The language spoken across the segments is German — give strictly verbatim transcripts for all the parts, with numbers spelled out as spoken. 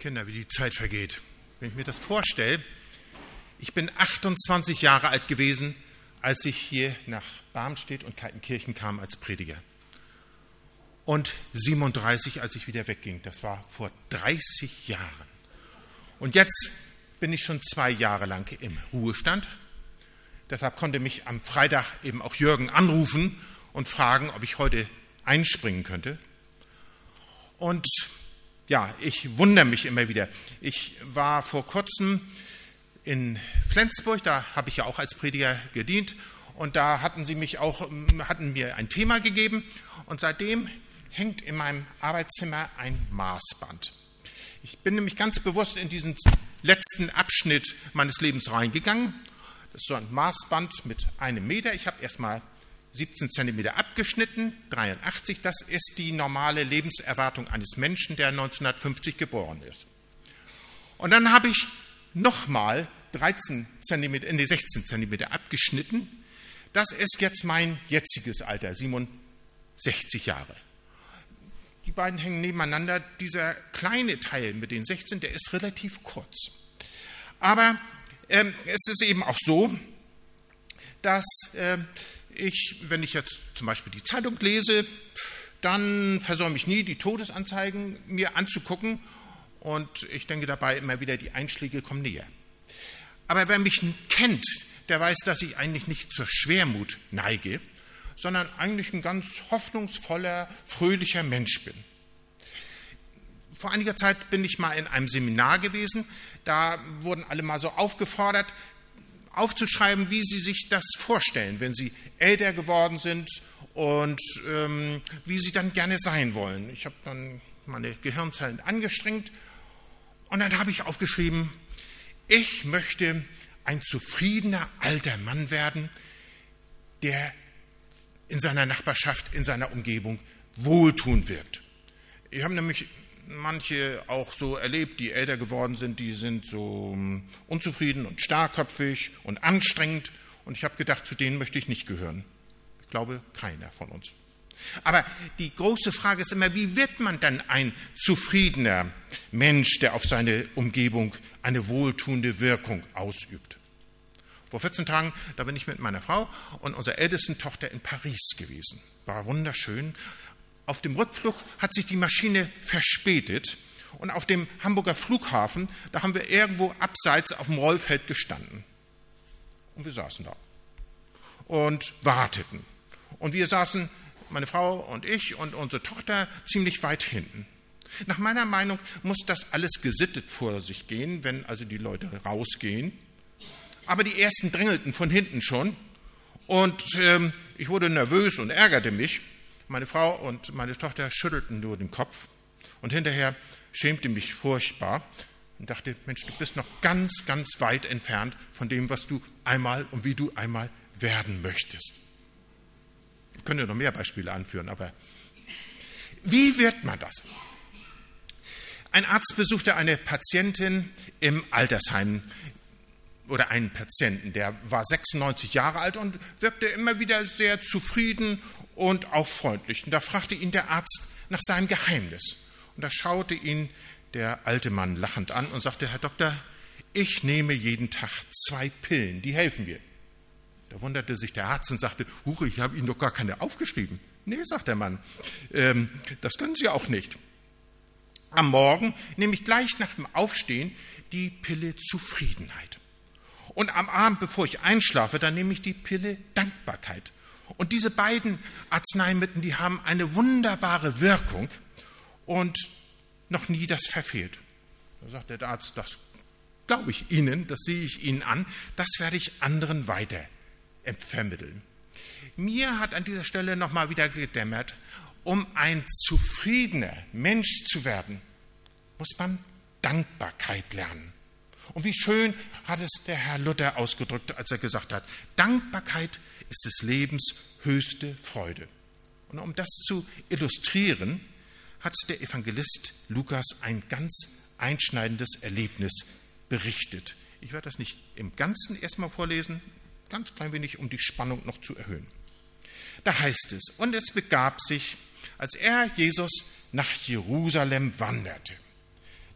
Kinder, wie die Zeit vergeht. Wenn ich mir das vorstelle, ich bin achtundzwanzig Jahre alt gewesen, als ich hier nach Barmstedt und Kaltenkirchen kam als Prediger. Und siebenunddreißig, als ich wieder wegging. Das war vor dreißig Jahren. Und jetzt bin ich schon zwei Jahre lang im Ruhestand. Deshalb konnte mich am Freitag eben auch Jürgen anrufen und fragen, ob ich heute einspringen könnte. Und ja, ich wundere mich immer wieder. Ich war vor kurzem in Flensburg, da habe ich ja auch als Prediger gedient. Und da hatten sie mich auch, hatten mir ein Thema gegeben. Und seitdem hängt in meinem Arbeitszimmer ein Maßband. Ich bin nämlich ganz bewusst in diesen letzten Abschnitt meines Lebens reingegangen. Das ist so ein Maßband mit einem Meter. Ich habe erstmal siebzehn Zentimeter abgeschnitten, dreiundachtzig. Das ist die normale Lebenserwartung eines Menschen, der neunzehnhundertfünfzig geboren ist. Und dann habe ich nochmal dreizehn Zentimeter, nee, sechzehn Zentimeter abgeschnitten. Das ist jetzt mein jetziges Alter, siebenundsechzig Jahre. Die beiden hängen nebeneinander. Dieser kleine Teil mit den sechzehn, der ist relativ kurz. Aber ähm, es ist eben auch so, dass äh, ich, wenn ich jetzt zum Beispiel die Zeitung lese, dann versäume ich nie, die Todesanzeigen mir anzugucken. Und ich denke dabei immer wieder, die Einschläge kommen näher. Aber wer mich kennt, der weiß, dass ich eigentlich nicht zur Schwermut neige, sondern eigentlich ein ganz hoffnungsvoller, fröhlicher Mensch bin. Vor einiger Zeit bin ich mal in einem Seminar gewesen, da wurden alle mal so aufgefordert, aufzuschreiben, wie sie sich das vorstellen, wenn sie älter geworden sind und ähm, wie sie dann gerne sein wollen. Ich habe dann meine Gehirnzellen angestrengt und dann habe ich aufgeschrieben, ich möchte ein zufriedener alter Mann werden, der in seiner Nachbarschaft, in seiner Umgebung wohltuend wirkt. Ich habe nämlich manche auch so erlebt, die älter geworden sind, die sind so unzufrieden und starrköpfig und anstrengend. Und ich habe gedacht, zu denen möchte ich nicht gehören. Ich glaube, keiner von uns. Aber die große Frage ist immer, wie wird man dann ein zufriedener Mensch, der auf seine Umgebung eine wohltuende Wirkung ausübt? Vor vierzehn Tagen, da bin ich mit meiner Frau und unserer ältesten Tochter in Paris gewesen. War wunderschön. Auf dem Rückflug hat sich die Maschine verspätet und auf dem Hamburger Flughafen, da haben wir irgendwo abseits auf dem Rollfeld gestanden. Und wir saßen da und warteten. Und wir saßen, meine Frau und ich und unsere Tochter, ziemlich weit hinten. Nach meiner Meinung muss das alles gesittet vor sich gehen, wenn also die Leute rausgehen. Aber die ersten drängelten von hinten schon und ähm, ich wurde nervös und ärgerte mich. Meine Frau und meine Tochter schüttelten nur den Kopf und hinterher schämte mich furchtbar und dachte, Mensch, du bist noch ganz, ganz weit entfernt von dem, was du einmal und wie du einmal werden möchtest. Ich könnte noch mehr Beispiele anführen, aber wie wird man das? Ein Arzt besuchte eine Patientin im Altersheim oder einen Patienten, der war sechsundneunzig Jahre alt und wirkte immer wieder sehr zufrieden und auch freundlich. Und da fragte ihn der Arzt nach seinem Geheimnis. Und da schaute ihn der alte Mann lachend an und sagte, Herr Doktor, ich nehme jeden Tag zwei Pillen, die helfen mir. Da wunderte sich der Arzt und sagte, Huch, ich habe Ihnen doch gar keine aufgeschrieben. Nee, sagt der Mann, ähm, das können Sie auch nicht. Am Morgen nehme ich gleich nach dem Aufstehen die Pille Zufriedenheit. Und am Abend, bevor ich einschlafe, dann nehme ich die Pille Dankbarkeit. Und diese beiden Arzneimittel, die haben eine wunderbare Wirkung und noch nie das verfehlt. Da sagt der Arzt, das glaube ich Ihnen, das sehe ich Ihnen an, das werde ich anderen weiter vermitteln. Mir hat an dieser Stelle nochmal wieder gedämmert, um ein zufriedener Mensch zu werden, muss man Dankbarkeit lernen. Und wie schön hat es der Herr Luther ausgedrückt, als er gesagt hat, Dankbarkeit ist des Lebens höchste Freude. Und um das zu illustrieren, hat der Evangelist Lukas ein ganz einschneidendes Erlebnis berichtet. Ich werde das nicht im Ganzen erstmal vorlesen, ganz klein wenig, um die Spannung noch zu erhöhen. Da heißt es, und es begab sich, als er, Jesus, nach Jerusalem wanderte,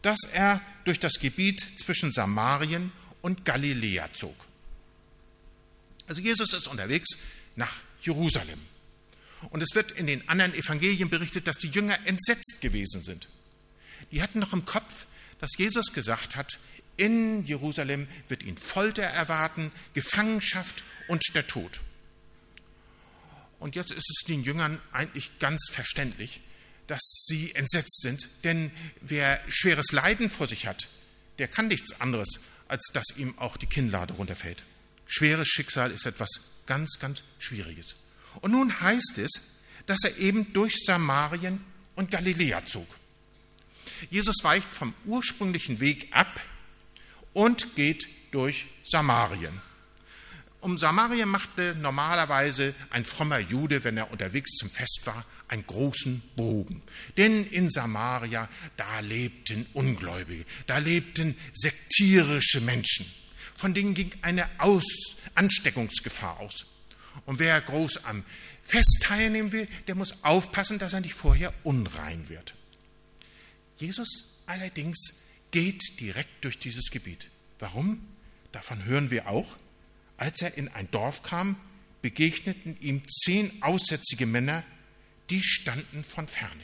dass er durch das Gebiet zwischen Samarien und Galiläa zog. Also Jesus ist unterwegs nach Jerusalem. Und es wird in den anderen Evangelien berichtet, dass die Jünger entsetzt gewesen sind. Die hatten noch im Kopf, dass Jesus gesagt hat, in Jerusalem wird ihn Folter erwarten, Gefangenschaft und der Tod. Und jetzt ist es den Jüngern eigentlich ganz verständlich, dass sie entsetzt sind, denn wer schweres Leiden vor sich hat, der kann nichts anderes, als dass ihm auch die Kinnlade runterfällt. Schweres Schicksal ist etwas ganz, ganz Schwieriges. Und nun heißt es, dass er eben durch Samarien und Galiläa zog. Jesus weicht vom ursprünglichen Weg ab und geht durch Samarien. Um Samarien machte normalerweise ein frommer Jude, wenn er unterwegs zum Fest war, einen großen Bogen. Denn in Samaria, da lebten Ungläubige, da lebten sektierische Menschen. Von denen ging eine Aus- Ansteckungsgefahr aus. Und wer groß am Fest teilnehmen will, der muss aufpassen, dass er nicht vorher unrein wird. Jesus allerdings geht direkt durch dieses Gebiet. Warum? Davon hören wir auch. Als er in ein Dorf kam, begegneten ihm zehn aussätzige Männer, die standen von ferne.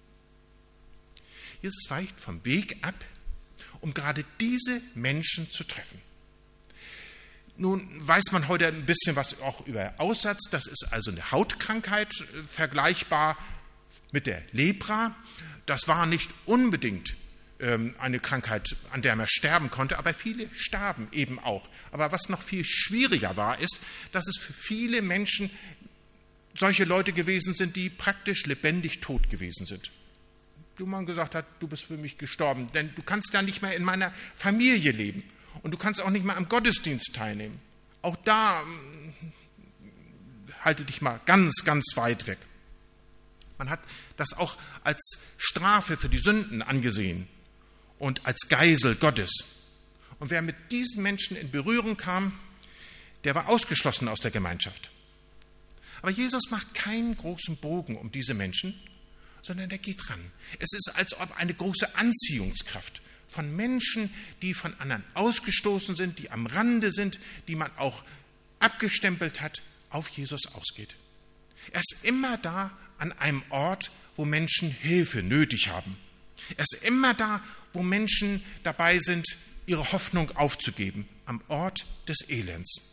Jesus weicht vom Weg ab, um gerade diese Menschen zu treffen. Nun weiß man heute ein bisschen was auch über Aussatz. Das ist also eine Hautkrankheit, vergleichbar mit der Lepra. Das war nicht unbedingt eine Krankheit, an der man sterben konnte, aber viele starben eben auch. Aber was noch viel schwieriger war, ist, dass es für viele Menschen solche Leute gewesen sind, die praktisch lebendig tot gewesen sind. Wo man gesagt hat, du bist für mich gestorben, denn du kannst ja nicht mehr in meiner Familie leben und du kannst auch nicht mehr am Gottesdienst teilnehmen. Auch da halte dich mal ganz, ganz weit weg. Man hat das auch als Strafe für die Sünden angesehen und als Geisel Gottes. Und wer mit diesen Menschen in Berührung kam, der war ausgeschlossen aus der Gemeinschaft. Aber Jesus macht keinen großen Bogen um diese Menschen, sondern er geht ran. Es ist, als ob eine große Anziehungskraft von Menschen, die von anderen ausgestoßen sind, die am Rande sind, die man auch abgestempelt hat, auf Jesus ausgeht. Er ist immer da an einem Ort, wo Menschen Hilfe nötig haben. Er ist immer da, wo Menschen dabei sind, ihre Hoffnung aufzugeben, am Ort des Elends.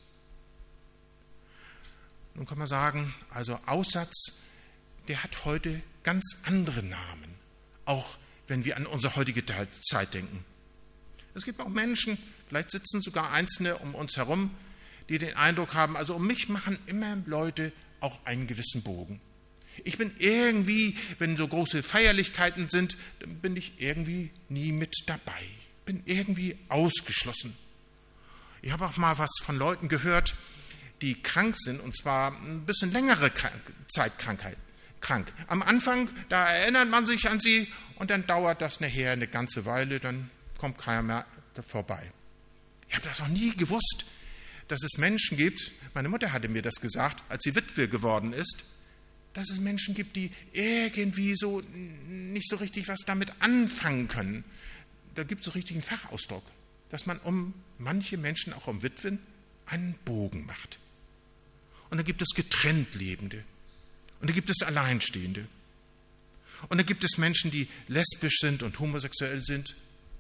Nun kann man sagen, also Aussatz, der hat heute ganz andere Namen, auch wenn wir an unsere heutige Zeit denken. Es gibt auch Menschen, vielleicht sitzen sogar Einzelne um uns herum, die den Eindruck haben, also um mich machen immer Leute auch einen gewissen Bogen. Ich bin irgendwie, wenn so große Feierlichkeiten sind, dann bin ich irgendwie nie mit dabei, bin irgendwie ausgeschlossen. Ich habe auch mal was von Leuten gehört, die krank sind, und zwar ein bisschen längere Zeit Krankheit, krank. Am Anfang, da erinnert man sich an sie und dann dauert das nachher eine ganze Weile, dann kommt keiner mehr vorbei. Ich habe das noch nie gewusst, dass es Menschen gibt, meine Mutter hatte mir das gesagt, als sie Witwe geworden ist, dass es Menschen gibt, die irgendwie so nicht so richtig was damit anfangen können. Da gibt es so richtig einen Fachausdruck, dass man um manche Menschen, auch um Witwen, einen Bogen macht. Und dann gibt es getrennt Lebende. Und dann gibt es Alleinstehende. Und dann gibt es Menschen, die lesbisch sind und homosexuell sind.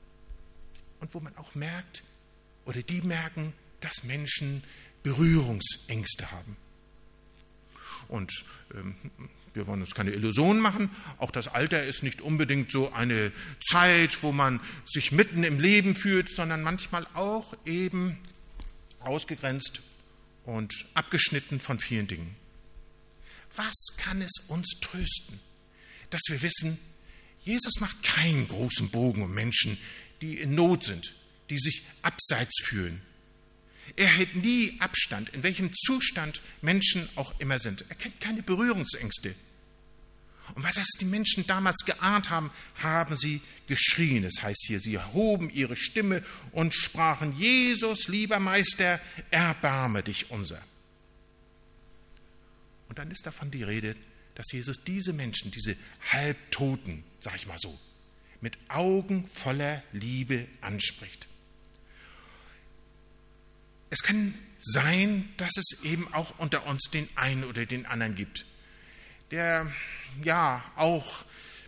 Und wo man auch merkt, oder die merken, dass Menschen Berührungsängste haben. Und ähm, wir wollen uns keine Illusionen machen. Auch das Alter ist nicht unbedingt so eine Zeit, wo man sich mitten im Leben fühlt, sondern manchmal auch eben ausgegrenzt und abgeschnitten von vielen Dingen. Was kann es uns trösten? Dass wir wissen, Jesus macht keinen großen Bogen um Menschen, die in Not sind, die sich abseits fühlen. Er hält nie Abstand, in welchem Zustand Menschen auch immer sind. Er kennt keine Berührungsängste. Und weil das die Menschen damals geahnt haben, haben sie geschrien. Das heißt hier, sie erhoben ihre Stimme und sprachen, Jesus, lieber Meister, erbarme dich unser. Und dann ist davon die Rede, dass Jesus diese Menschen, diese Halbtoten, sag ich mal so, mit Augen voller Liebe anspricht. Es kann sein, dass es eben auch unter uns den einen oder den anderen gibt, der ja auch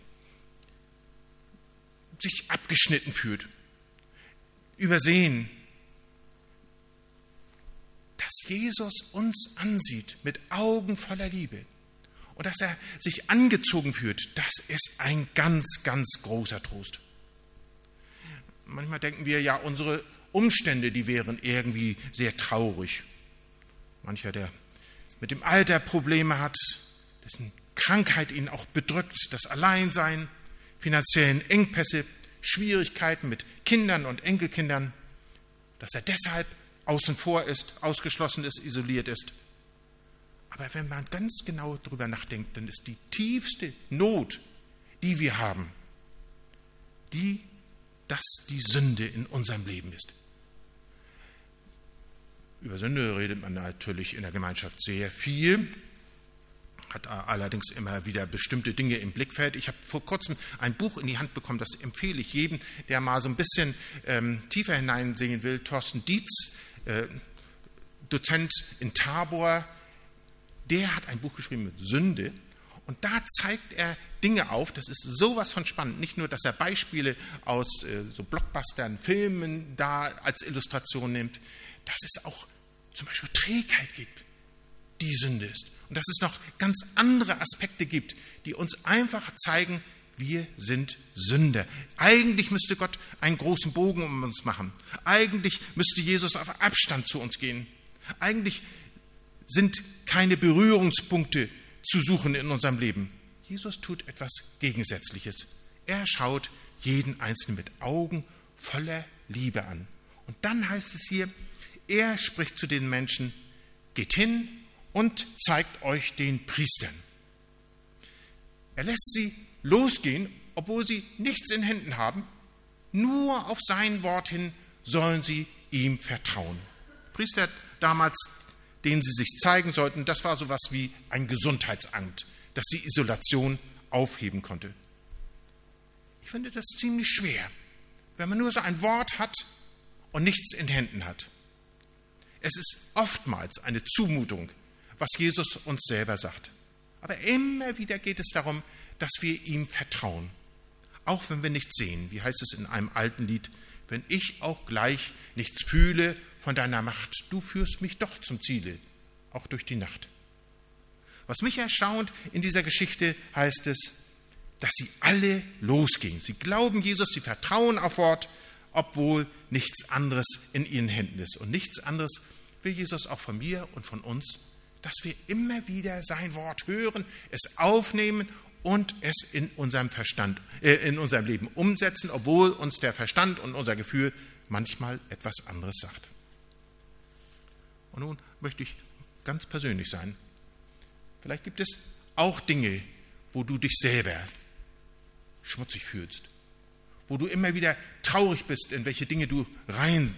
sich abgeschnitten fühlt, übersehen, dass Jesus uns ansieht mit Augen voller Liebe und dass er sich angezogen fühlt. Das ist ein ganz, ganz großer Trost. Manchmal denken wir, ja, unsere Umstände, die wären irgendwie sehr traurig. Mancher, der mit dem Alter Probleme hat, dessen Krankheit ihn auch bedrückt, das Alleinsein, finanziellen Engpässe, Schwierigkeiten mit Kindern und Enkelkindern, dass er deshalb außen vor ist, ausgeschlossen ist, isoliert ist. Aber wenn man ganz genau darüber nachdenkt, dann ist die tiefste Not, die wir haben, die, dass die Sünde in unserem Leben ist. Über Sünde redet man natürlich in der Gemeinschaft sehr viel, hat allerdings immer wieder bestimmte Dinge im Blickfeld. Ich habe vor kurzem ein Buch in die Hand bekommen, das empfehle ich jedem, der mal so ein bisschen ähm, tiefer hineinsehen will. Thorsten Dietz, äh, Dozent in Tabor, der hat ein Buch geschrieben mit Sünde. Und da zeigt er Dinge auf, das ist sowas von spannend. Nicht nur, dass er Beispiele aus äh, so Blockbustern, Filmen da als Illustration nimmt, dass es auch zum Beispiel Trägheit gibt, die Sünde ist. Und dass es noch ganz andere Aspekte gibt, die uns einfach zeigen, wir sind Sünder. Eigentlich müsste Gott einen großen Bogen um uns machen. Eigentlich müsste Jesus auf Abstand zu uns gehen. Eigentlich sind keine Berührungspunkte zu suchen in unserem Leben. Jesus tut etwas Gegensätzliches. Er schaut jeden Einzelnen mit Augen voller Liebe an. Und dann heißt es hier, er spricht zu den Menschen, geht hin und zeigt euch den Priestern. Er lässt sie losgehen, obwohl sie nichts in Händen haben. Nur auf sein Wort hin sollen sie ihm vertrauen. Priester damals, denen sie sich zeigen sollten, das war sowas wie ein Gesundheitsamt, das die Isolation aufheben konnte. Ich finde das ziemlich schwer, wenn man nur so ein Wort hat und nichts in Händen hat. Es ist oftmals eine Zumutung, was Jesus uns selber sagt. Aber immer wieder geht es darum, dass wir ihm vertrauen, auch wenn wir nichts sehen. Wie heißt es in einem alten Lied? Wenn ich auch gleich nichts fühle von deiner Macht, du führst mich doch zum Ziele, auch durch die Nacht. Was mich erstaunt in dieser Geschichte heißt es, dass sie alle losgingen. Sie glauben Jesus, sie vertrauen auf Wort, obwohl nichts anderes in ihren Händen ist. Und nichts anderes will Jesus auch von mir und von uns, dass wir immer wieder sein Wort hören, es aufnehmen und es in unserem Verstand, äh, in unserem Leben umsetzen, obwohl uns der Verstand und unser Gefühl manchmal etwas anderes sagt. Und nun möchte ich ganz persönlich sein. Vielleicht gibt es auch Dinge, wo du dich selber schmutzig fühlst, wo du immer wieder traurig bist, in welche Dinge du reinsackst.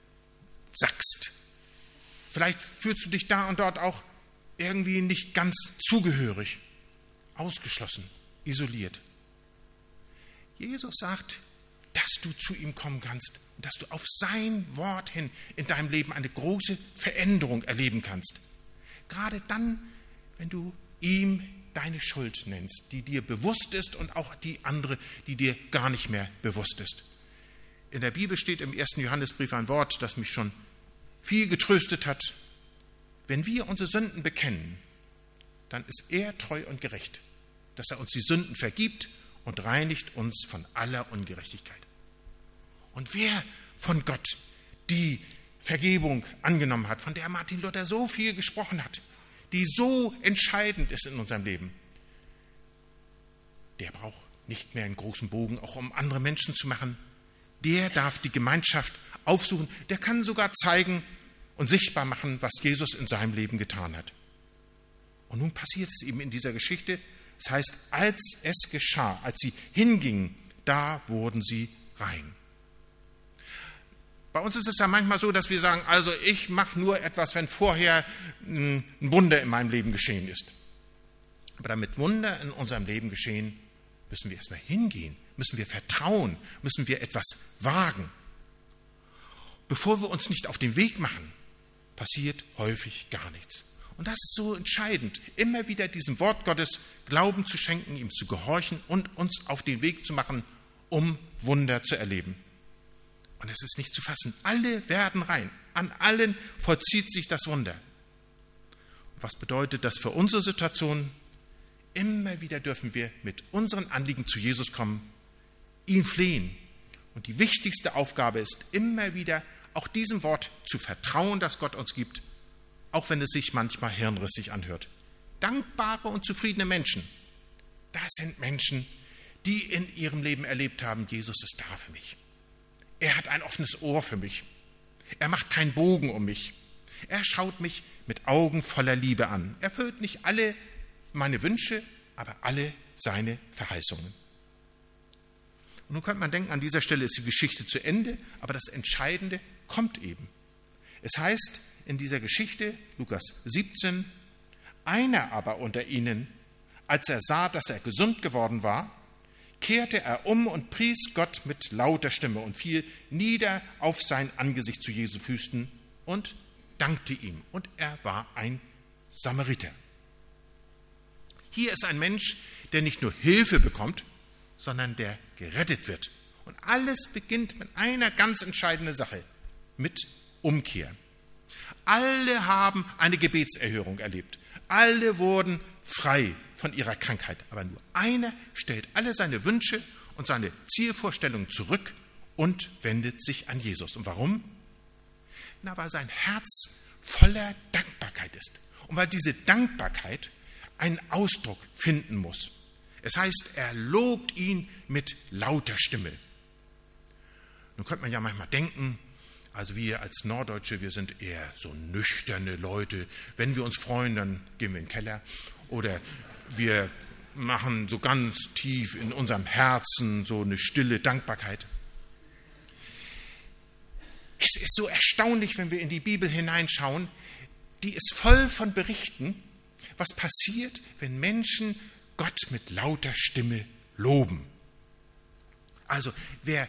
Vielleicht fühlst du dich da und dort auch irgendwie nicht ganz zugehörig, ausgeschlossen, isoliert. Jesus sagt, dass du zu ihm kommen kannst und dass du auf sein Wort hin in deinem Leben eine große Veränderung erleben kannst. Gerade dann, wenn du ihm deine Schuld nennst, die dir bewusst ist und auch die andere, die dir gar nicht mehr bewusst ist. In der Bibel steht im ersten Johannesbrief ein Wort, das mich schon viel getröstet hat. Wenn wir unsere Sünden bekennen, dann ist er treu und gerecht, dass er uns die Sünden vergibt und reinigt uns von aller Ungerechtigkeit. Und wer von Gott die Vergebung angenommen hat, von der Martin Luther so viel gesprochen hat, die so entscheidend ist in unserem Leben, der braucht nicht mehr einen großen Bogen, auch um andere Menschen zu machen. Der darf die Gemeinschaft aufsuchen, der kann sogar zeigen und sichtbar machen, was Jesus in seinem Leben getan hat. Und nun passiert es eben in dieser Geschichte. Das heißt, als es geschah, als sie hingingen, da wurden sie rein. Bei uns ist es ja manchmal so, dass wir sagen, also ich mache nur etwas, wenn vorher ein Wunder in meinem Leben geschehen ist. Aber damit Wunder in unserem Leben geschehen, müssen wir erstmal hingehen, müssen wir vertrauen, müssen wir etwas wagen. Bevor wir uns nicht auf den Weg machen, passiert häufig gar nichts. Und das ist so entscheidend, immer wieder diesem Wort Gottes Glauben zu schenken, ihm zu gehorchen und uns auf den Weg zu machen, um Wunder zu erleben. Und es ist nicht zu fassen. Alle werden rein. An allen vollzieht sich das Wunder. Und was bedeutet das für unsere Situation? Immer wieder dürfen wir mit unseren Anliegen zu Jesus kommen, ihn flehen. Und die wichtigste Aufgabe ist, immer wieder auch diesem Wort zu vertrauen, das Gott uns gibt, auch wenn es sich manchmal hirnrissig anhört. Dankbare und zufriedene Menschen, das sind Menschen, die in ihrem Leben erlebt haben, Jesus ist da für mich. Er hat ein offenes Ohr für mich. Er macht keinen Bogen um mich. Er schaut mich mit Augen voller Liebe an. Er erfüllt nicht alle meine Wünsche, aber alle seine Verheißungen. Und nun könnte man denken, an dieser Stelle ist die Geschichte zu Ende, aber das Entscheidende kommt eben. Es heißt in dieser Geschichte, Lukas siebzehn, einer aber unter ihnen, als er sah, dass er gesund geworden war, kehrte er um und pries Gott mit lauter Stimme und fiel nieder auf sein Angesicht zu Jesu Füßen und dankte ihm. Und er war ein Samariter. Hier ist ein Mensch, der nicht nur Hilfe bekommt, sondern der gerettet wird. Und alles beginnt mit einer ganz entscheidenden Sache, mit Umkehr. Alle haben eine Gebetserhörung erlebt. Alle wurden frei von ihrer Krankheit. Aber nur einer stellt alle seine Wünsche und seine Zielvorstellungen zurück und wendet sich an Jesus. Und warum? Na, weil sein Herz voller Dankbarkeit ist. Und weil diese Dankbarkeit einen Ausdruck finden muss. Es heißt, er lobt ihn mit lauter Stimme. Nun könnte man ja manchmal denken, also wir als Norddeutsche, wir sind eher so nüchterne Leute. Wenn wir uns freuen, dann gehen wir in den Keller. Oder wir machen so ganz tief in unserem Herzen so eine stille Dankbarkeit. Es ist so erstaunlich, wenn wir in die Bibel hineinschauen. Die ist voll von Berichten, was passiert, wenn Menschen Gott mit lauter Stimme loben. Also wer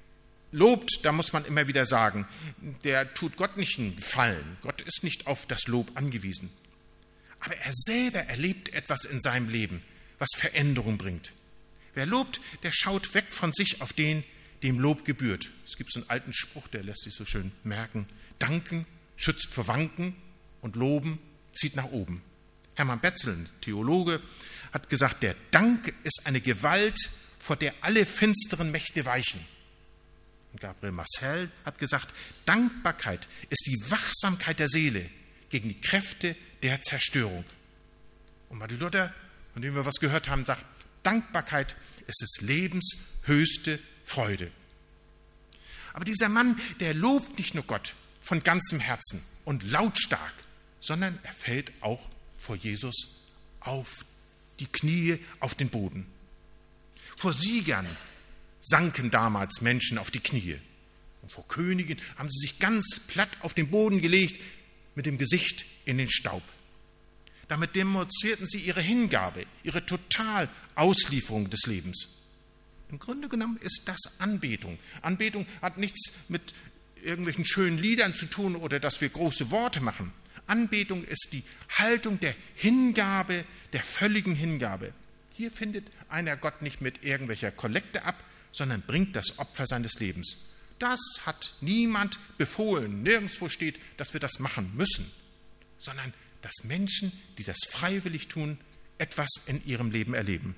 lobt, da muss man immer wieder sagen, der tut Gott nicht einen Gefallen. Gott ist nicht auf das Lob angewiesen. Aber er selber erlebt etwas in seinem Leben, was Veränderung bringt. Wer lobt, der schaut weg von sich auf den, dem Lob gebührt. Es gibt so einen alten Spruch, der lässt sich so schön merken. Danken schützt vor Wanken und Loben zieht nach oben. Hermann Betzel, ein Theologe, hat gesagt, der Dank ist eine Gewalt, vor der alle finsteren Mächte weichen. Und Gabriel Marcel hat gesagt, Dankbarkeit ist die Wachsamkeit der Seele gegen die Kräfte der Zerstörung. Und Martin Luther, von dem wir was gehört haben, sagt, Dankbarkeit ist des Lebens höchste Freude. Aber dieser Mann, der lobt nicht nur Gott von ganzem Herzen und lautstark, sondern er fällt auch vor Jesus auf die Knie, auf den Boden. Vor Siegern sanken damals Menschen auf die Knie. Und vor Königen haben sie sich ganz platt auf den Boden gelegt, mit dem Gesicht in den Staub. Damit demonstrierten sie ihre Hingabe, ihre Totalauslieferung des Lebens. Im Grunde genommen ist das Anbetung. Anbetung hat nichts mit irgendwelchen schönen Liedern zu tun oder dass wir große Worte machen. Anbetung ist die Haltung der Hingabe, der völligen Hingabe. Hier findet einer Gott nicht mit irgendwelcher Kollekte ab, sondern bringt das Opfer seines Lebens. Das hat niemand befohlen. Nirgendwo steht, dass wir das machen müssen, sondern dass Menschen, die das freiwillig tun, etwas in ihrem Leben erleben.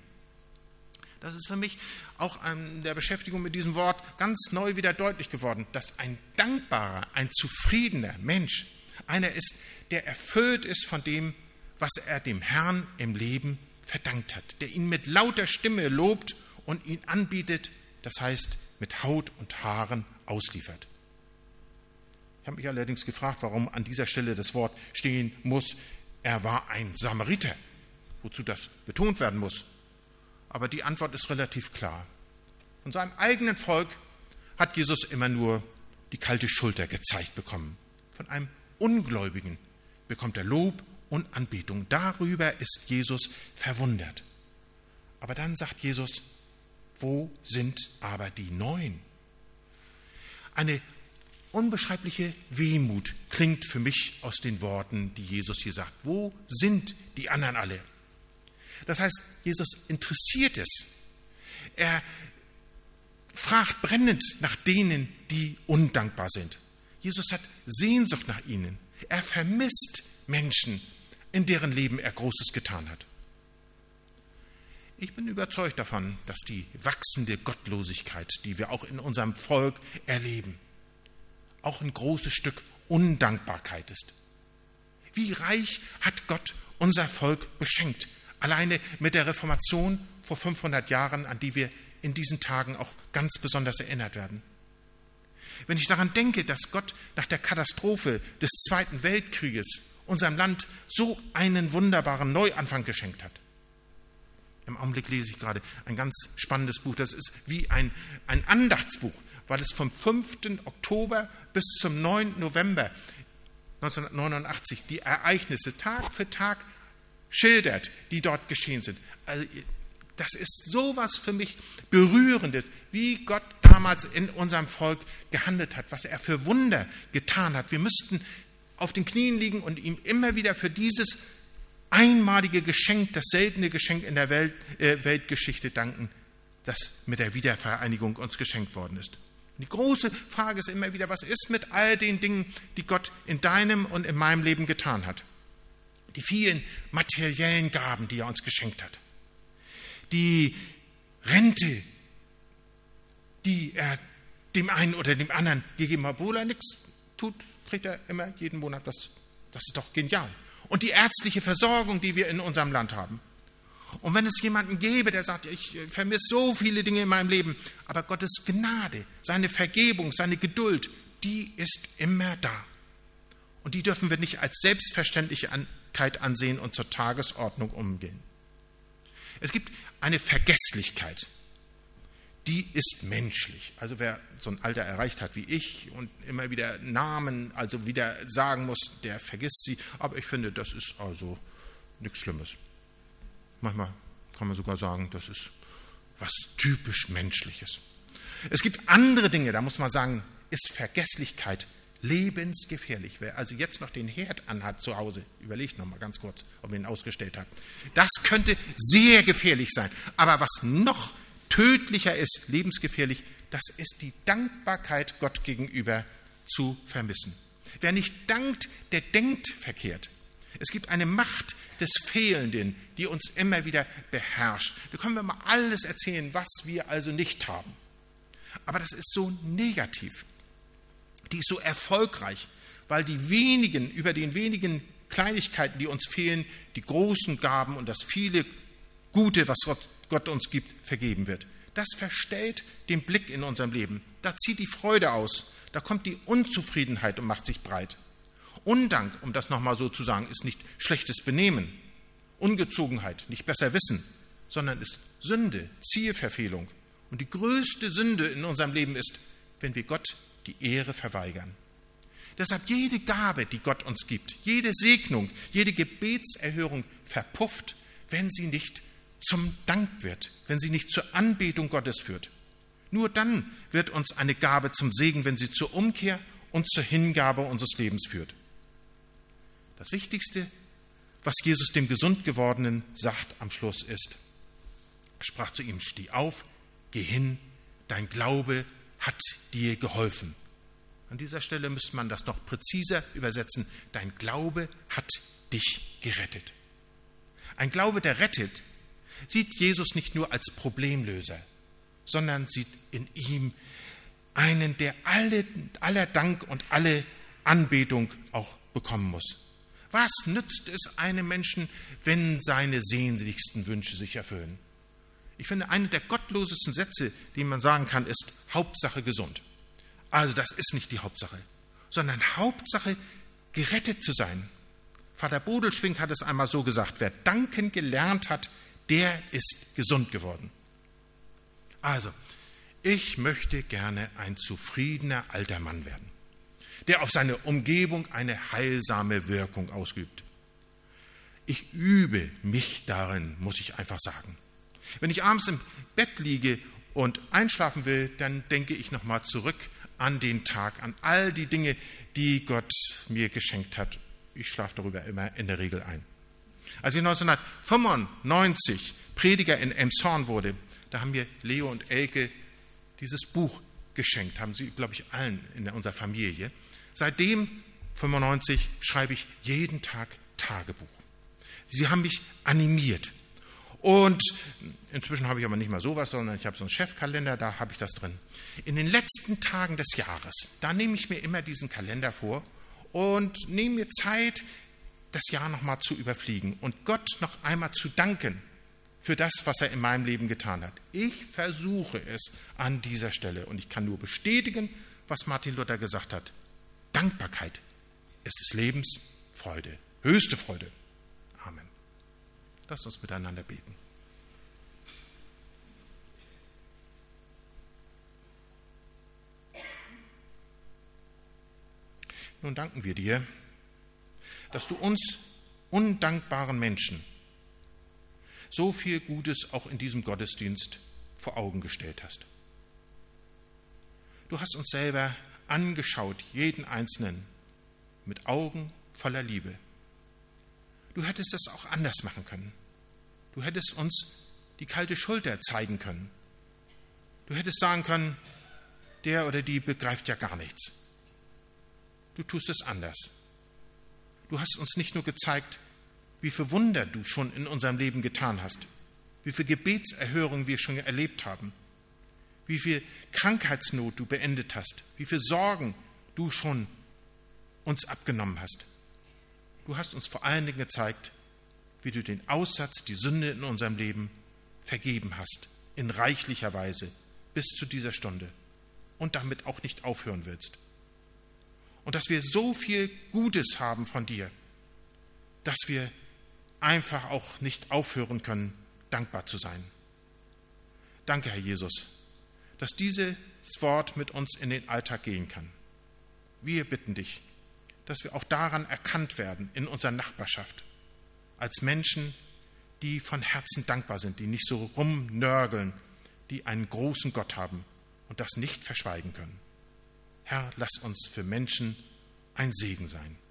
Das ist für mich auch an der Beschäftigung mit diesem Wort ganz neu wieder deutlich geworden, dass ein dankbarer, ein zufriedener Mensch einer ist, der erfüllt ist von dem, was er dem Herrn im Leben verdankt hat, der ihn mit lauter Stimme lobt und ihn anbietet, das heißt mit Haut und Haaren ausliefert. Ich habe mich allerdings gefragt, warum an dieser Stelle das Wort stehen muss, er war ein Samariter, wozu das betont werden muss. Aber die Antwort ist relativ klar. Von seinem eigenen Volk hat Jesus immer nur die kalte Schulter gezeigt bekommen. Von einem Ungläubigen bekommt er Lob und Anbetung. Darüber ist Jesus verwundert. Aber dann sagt Jesus, Wo sind aber die Neuen? Eine unbeschreibliche Wehmut klingt für mich aus den Worten, die Jesus hier sagt. Wo sind die anderen alle? Das heißt, Jesus interessiert es. Er fragt brennend nach denen, die undankbar sind. Jesus hat Sehnsucht nach ihnen. Er vermisst Menschen, in deren Leben er Großes getan hat. Ich bin überzeugt davon, dass die wachsende Gottlosigkeit, die wir auch in unserem Volk erleben, auch ein großes Stück Undankbarkeit ist. Wie reich hat Gott unser Volk beschenkt, alleine mit der Reformation vor fünfhundert Jahren, an die wir in diesen Tagen auch ganz besonders erinnert werden. Wenn ich daran denke, dass Gott nach der Katastrophe des Zweiten Weltkrieges unserem Land so einen wunderbaren Neuanfang geschenkt hat. Im Augenblick lese ich gerade ein ganz spannendes Buch, das ist wie ein, ein Andachtsbuch, weil es vom fünften Oktober bis zum neunten November neunzehnhundertneunundachtzig die Ereignisse Tag für Tag schildert, die dort geschehen sind. Also das ist sowas für mich Berührendes, wie Gott damals in unserem Volk gehandelt hat, was er für Wunder getan hat. Wir müssten auf den Knien liegen und ihm immer wieder für dieses einmalige Geschenk, das seltene Geschenk in der Welt, äh, Weltgeschichte danken, das mit der Wiedervereinigung uns geschenkt worden ist. Und die große Frage ist immer wieder, was ist mit all den Dingen, die Gott in deinem und in meinem Leben getan hat? Die vielen materiellen Gaben, die er uns geschenkt hat. Die Rente, die er dem einen oder dem anderen gegeben hat, obwohl er nichts tut, kriegt er immer jeden Monat was. Das ist doch genial. Und die ärztliche Versorgung, die wir in unserem Land haben. Und wenn es jemanden gäbe, der sagt, ich vermisse so viele Dinge in meinem Leben, aber Gottes Gnade, seine Vergebung, seine Geduld, die ist immer da. Und die dürfen wir nicht als Selbstverständlichkeit ansehen und zur Tagesordnung umgehen. Es gibt eine Vergesslichkeit, die ist menschlich. Also wer so ein Alter erreicht hat wie ich und immer wieder Namen, also wieder sagen muss, der vergisst sie. Aber ich finde, das ist also nichts Schlimmes. Manchmal kann man sogar sagen, das ist was typisch Menschliches. Es gibt andere Dinge, da muss man sagen, ist Vergesslichkeit lebensgefährlich. Wer also jetzt noch den Herd anhat zu Hause, überlegt noch mal ganz kurz, ob ihr ihn ausgestellt habt. Das könnte sehr gefährlich sein. Aber was noch tödlicher ist, lebensgefährlich, das ist die Dankbarkeit Gott gegenüber zu vermissen. Wer nicht dankt, der denkt verkehrt. Es gibt eine Macht des Fehlenden, die uns immer wieder beherrscht. Da können wir mal alles erzählen, was wir also nicht haben. Aber das ist so negativ. Die ist so erfolgreich, weil die wenigen, über den wenigen Kleinigkeiten, die uns fehlen, die großen Gaben und das viele Gute, was Gott Gott uns gibt, vergeben wird. Das verstellt den Blick in unserem Leben. Da zieht die Freude aus. Da kommt die Unzufriedenheit und macht sich breit. Undank, um das nochmal so zu sagen, ist nicht schlechtes Benehmen. Ungezogenheit, nicht besser wissen, sondern ist Sünde, Zielverfehlung. Und die größte Sünde in unserem Leben ist, wenn wir Gott die Ehre verweigern. Deshalb jede Gabe, die Gott uns gibt, jede Segnung, jede Gebetserhörung verpufft, wenn sie nicht zum Dank wird, wenn sie nicht zur Anbetung Gottes führt. Nur dann wird uns eine Gabe zum Segen, wenn sie zur Umkehr und zur Hingabe unseres Lebens führt. Das Wichtigste, was Jesus dem gesund gewordenen sagt am Schluss ist, er sprach zu ihm, steh auf, geh hin, dein Glaube hat dir geholfen. An dieser Stelle müsste man das noch präziser übersetzen, dein Glaube hat dich gerettet. Ein Glaube, der rettet, sieht Jesus nicht nur als Problemlöser, sondern sieht in ihm einen, der alle, aller Dank und alle Anbetung auch bekommen muss. Was nützt es einem Menschen, wenn seine sehnlichsten Wünsche sich erfüllen? Ich finde, einer der gottlosesten Sätze, die man sagen kann, ist Hauptsache gesund. Also das ist nicht die Hauptsache, sondern Hauptsache gerettet zu sein. Vater Bodelschwingh hat es einmal so gesagt, wer danken gelernt hat, der ist gesund geworden. Also, ich möchte gerne ein zufriedener alter Mann werden, der auf seine Umgebung eine heilsame Wirkung ausübt. Ich übe mich darin, muss ich einfach sagen. Wenn ich abends im Bett liege und einschlafen will, dann denke ich nochmal zurück an den Tag, an all die Dinge, die Gott mir geschenkt hat. Ich schlafe darüber immer in der Regel ein. Als ich neunzehnhundertfünfundneunzig Prediger in Elmshorn wurde, da haben mir Leo und Elke dieses Buch geschenkt, haben sie, glaube ich, allen in unserer Familie. Seitdem, fünfundneunzig, schreibe ich jeden Tag Tagebuch. Sie haben mich animiert. Und inzwischen habe ich aber nicht mal sowas, sondern ich habe so einen Chefkalender, da habe ich das drin. In den letzten Tagen des Jahres, da nehme ich mir immer diesen Kalender vor und nehme mir Zeit, das Jahr nochmal zu überfliegen und Gott noch einmal zu danken für das, was er in meinem Leben getan hat. Ich versuche es an dieser Stelle und ich kann nur bestätigen, was Martin Luther gesagt hat. Dankbarkeit ist des Lebens Freude, höchste Freude. Amen. Lasst uns miteinander beten. Nun danken wir dir, dass du uns undankbaren Menschen so viel Gutes auch in diesem Gottesdienst vor Augen gestellt hast. Du hast uns selber angeschaut, jeden Einzelnen, mit Augen voller Liebe. Du hättest das auch anders machen können. Du hättest uns die kalte Schulter zeigen können. Du hättest sagen können, der oder die begreift ja gar nichts. Du tust es anders. Du hast uns nicht nur gezeigt, wie viele Wunder du schon in unserem Leben getan hast, wie viele Gebetserhörungen wir schon erlebt haben, wie viel Krankheitsnot du beendet hast, wie viele Sorgen du schon uns abgenommen hast. Du hast uns vor allen Dingen gezeigt, wie du den Aussatz, die Sünde in unserem Leben vergeben hast, in reichlicher Weise, bis zu dieser Stunde und damit auch nicht aufhören willst. Und dass wir so viel Gutes haben von dir, dass wir einfach auch nicht aufhören können, dankbar zu sein. Danke, Herr Jesus, dass dieses Wort mit uns in den Alltag gehen kann. Wir bitten dich, dass wir auch daran erkannt werden in unserer Nachbarschaft, als Menschen, die von Herzen dankbar sind, die nicht so rumnörgeln, die einen großen Gott haben und das nicht verschweigen können. Herr, lass uns für Menschen ein Segen sein.